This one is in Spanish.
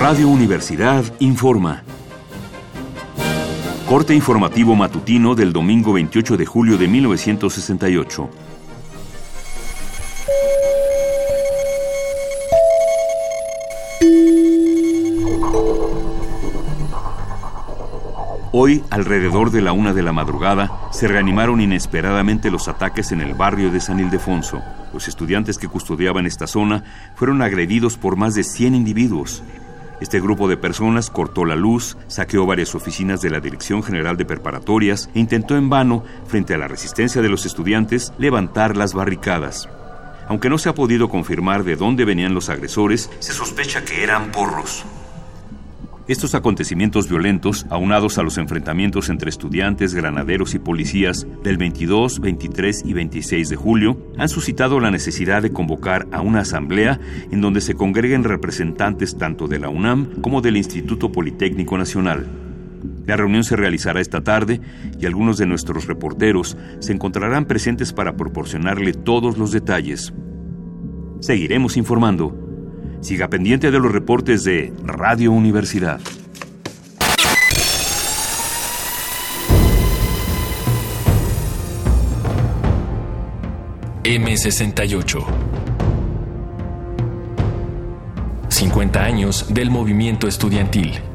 Radio Universidad informa. Corte informativo matutino del domingo 28 de julio de 1968. Hoy, alrededor de la 1 de la madrugada, se reanimaron inesperadamente los ataques en el barrio de San Ildefonso. Los estudiantes que custodiaban esta zona fueron agredidos por más de 100 individuos. Este grupo de personas cortó la luz, saqueó varias oficinas de la Dirección General de Preparatorias e intentó en vano, frente a la resistencia de los estudiantes, levantar las barricadas. Aunque no se ha podido confirmar de dónde venían los agresores, se sospecha que eran porros. Estos acontecimientos violentos, aunados a los enfrentamientos entre estudiantes, granaderos y policías del 22, 23 y 26 de julio, han suscitado la necesidad de convocar a una asamblea en donde se congreguen representantes tanto de la UNAM como del Instituto Politécnico Nacional. La reunión se realizará esta tarde y algunos de nuestros reporteros se encontrarán presentes para proporcionarle todos los detalles. Seguiremos informando. Siga pendiente de los reportes de Radio Universidad. M68. 50 años del movimiento estudiantil.